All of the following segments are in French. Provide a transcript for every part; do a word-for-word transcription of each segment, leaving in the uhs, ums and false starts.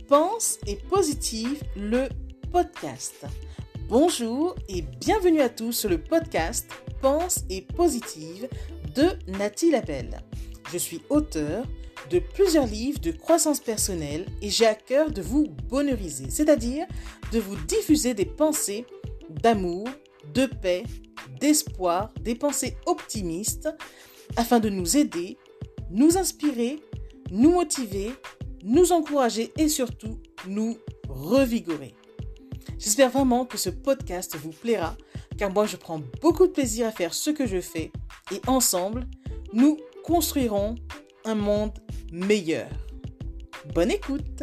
Pense et Positive, le podcast. Bonjour et bienvenue à tous sur le podcast Pense et Positive de Nathalie Labelle. Je suis auteure de plusieurs livres de croissance personnelle et j'ai à cœur de vous bonheuriser, c'est-à-dire de vous diffuser des pensées d'amour, de paix, d'espoir, des pensées optimistes afin de nous aider, nous inspirer, nous motiver, nous encourager et surtout nous revigorer. J'espère vraiment que ce podcast vous plaira car moi je prends beaucoup de plaisir à faire ce que je fais et ensemble nous construirons un monde meilleur. Bonne écoute!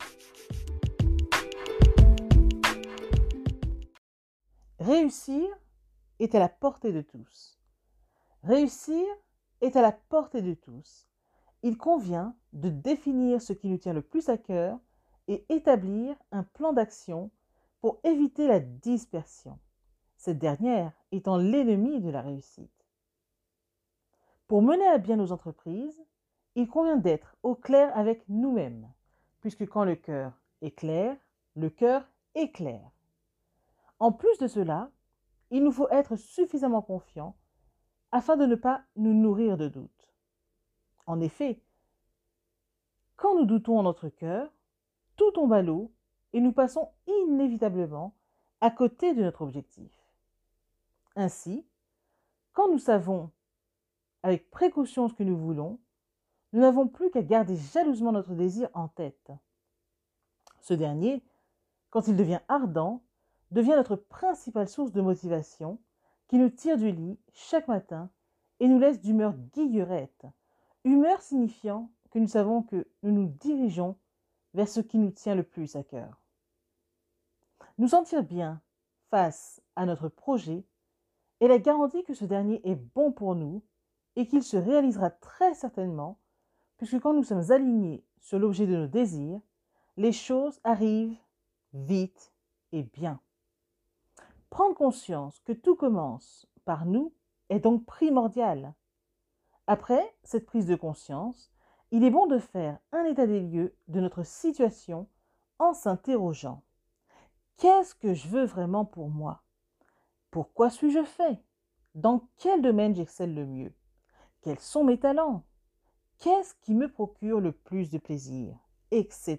Réussir est à la portée de tous. Réussir est à la portée de tous. Il convient de définir ce qui nous tient le plus à cœur et établir un plan d'action pour éviter la dispersion, cette dernière étant l'ennemi de la réussite. Pour mener à bien nos entreprises, il convient d'être au clair avec nous-mêmes, puisque quand le cœur est clair, le cœur est clair. En plus de cela, il nous faut être suffisamment confiants afin de ne pas nous nourrir de doutes. En effet, quand nous doutons en notre cœur, tout tombe à l'eau et nous passons inévitablement à côté de notre objectif. Ainsi, quand nous savons avec précaution ce que nous voulons, nous n'avons plus qu'à garder jalousement notre désir en tête. Ce dernier, quand il devient ardent, devient notre principale source de motivation qui nous tire du lit chaque matin et nous laisse d'humeur guillerette, humeur signifiant que nous savons que nous nous dirigeons vers ce qui nous tient le plus à cœur. Nous sentir bien face à notre projet est la garantie que ce dernier est bon pour nous et qu'il se réalisera très certainement, puisque quand nous sommes alignés sur l'objet de nos désirs, les choses arrivent vite et bien. Prendre conscience que tout commence par nous est donc primordial. Après cette prise de conscience, il est bon de faire un état des lieux de notre situation en s'interrogeant. Qu'est-ce que je veux vraiment pour moi? Pourquoi suis-je fait? Dans quel domaine j'excelle le mieux? Quels sont mes talents? Qu'est-ce qui me procure le plus de plaisir? Etc.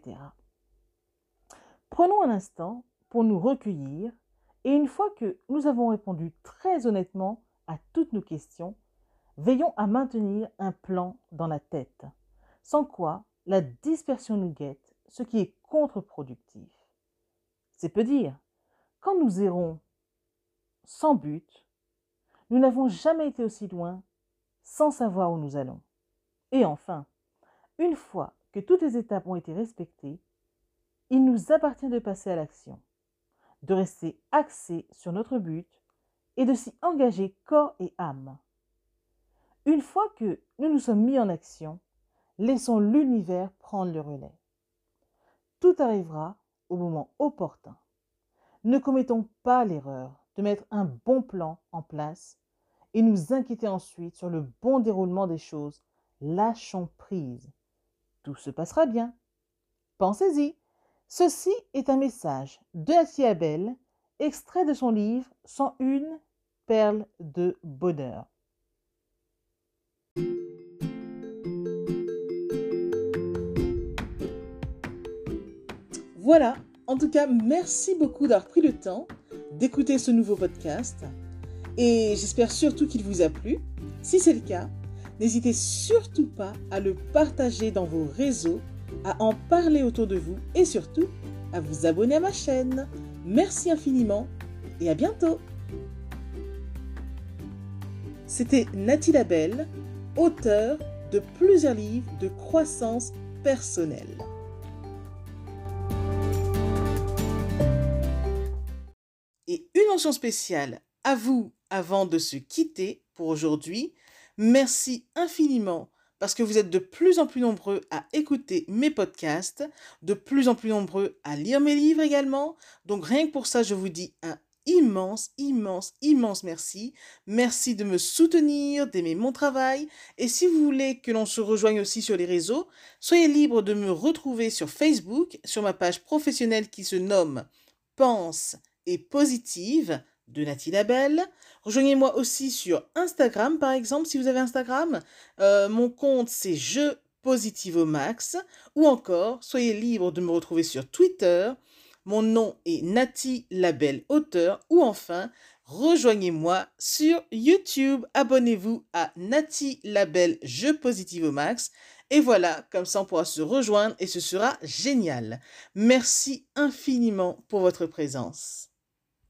Prenons un instant pour nous recueillir et une fois que nous avons répondu très honnêtement à toutes nos questions, veillons à maintenir un plan dans la tête, sans quoi la dispersion nous guette, ce qui est contre-productif. C'est peu dire, quand nous errons sans but, nous n'avons jamais été aussi loin sans savoir où nous allons. Et enfin, une fois que toutes les étapes ont été respectées, il nous appartient de passer à l'action, de rester axés sur notre but et de s'y engager corps et âme. Une fois que nous nous sommes mis en action, laissons l'univers prendre le relais. Tout arrivera au moment opportun. Ne commettons pas l'erreur de mettre un bon plan en place et nous inquiéter ensuite sur le bon déroulement des choses. Lâchons prise. Tout se passera bien. Pensez-y. Ceci est un message de Nathalie Labelle, extrait de son livre cent une perles de bonheur. Voilà, en tout cas, merci beaucoup d'avoir pris le temps d'écouter ce nouveau podcast et j'espère surtout qu'il vous a plu. Si c'est le cas, n'hésitez surtout pas à le partager dans vos réseaux, à en parler autour de vous et surtout à vous abonner à ma chaîne. Merci infiniment et à bientôt. C'était Nathalie Labelle, auteure de plusieurs livres de croissance personnelle. Et une mention spéciale à vous avant de se quitter pour aujourd'hui. Merci infiniment parce que vous êtes de plus en plus nombreux à écouter mes podcasts, de plus en plus nombreux à lire mes livres également. Donc rien que pour ça, je vous dis un immense, immense, immense merci. Merci de me soutenir, d'aimer mon travail. Et si vous voulez que l'on se rejoigne aussi sur les réseaux, soyez libre de me retrouver sur Facebook, sur ma page professionnelle qui se nomme Pense et Positive de Nathy Labelle. Rejoignez-moi aussi sur Instagram, par exemple, si vous avez Instagram. Euh, mon compte, c'est Je Positive au Max. Ou encore, soyez libre de me retrouver sur Twitter. Mon nom est Nathy Labelle Auteur. Ou enfin, rejoignez-moi sur YouTube. Abonnez-vous à Nathy Labelle Je Positive au Max. Et voilà, comme ça on pourra se rejoindre et ce sera génial. Merci infiniment pour votre présence.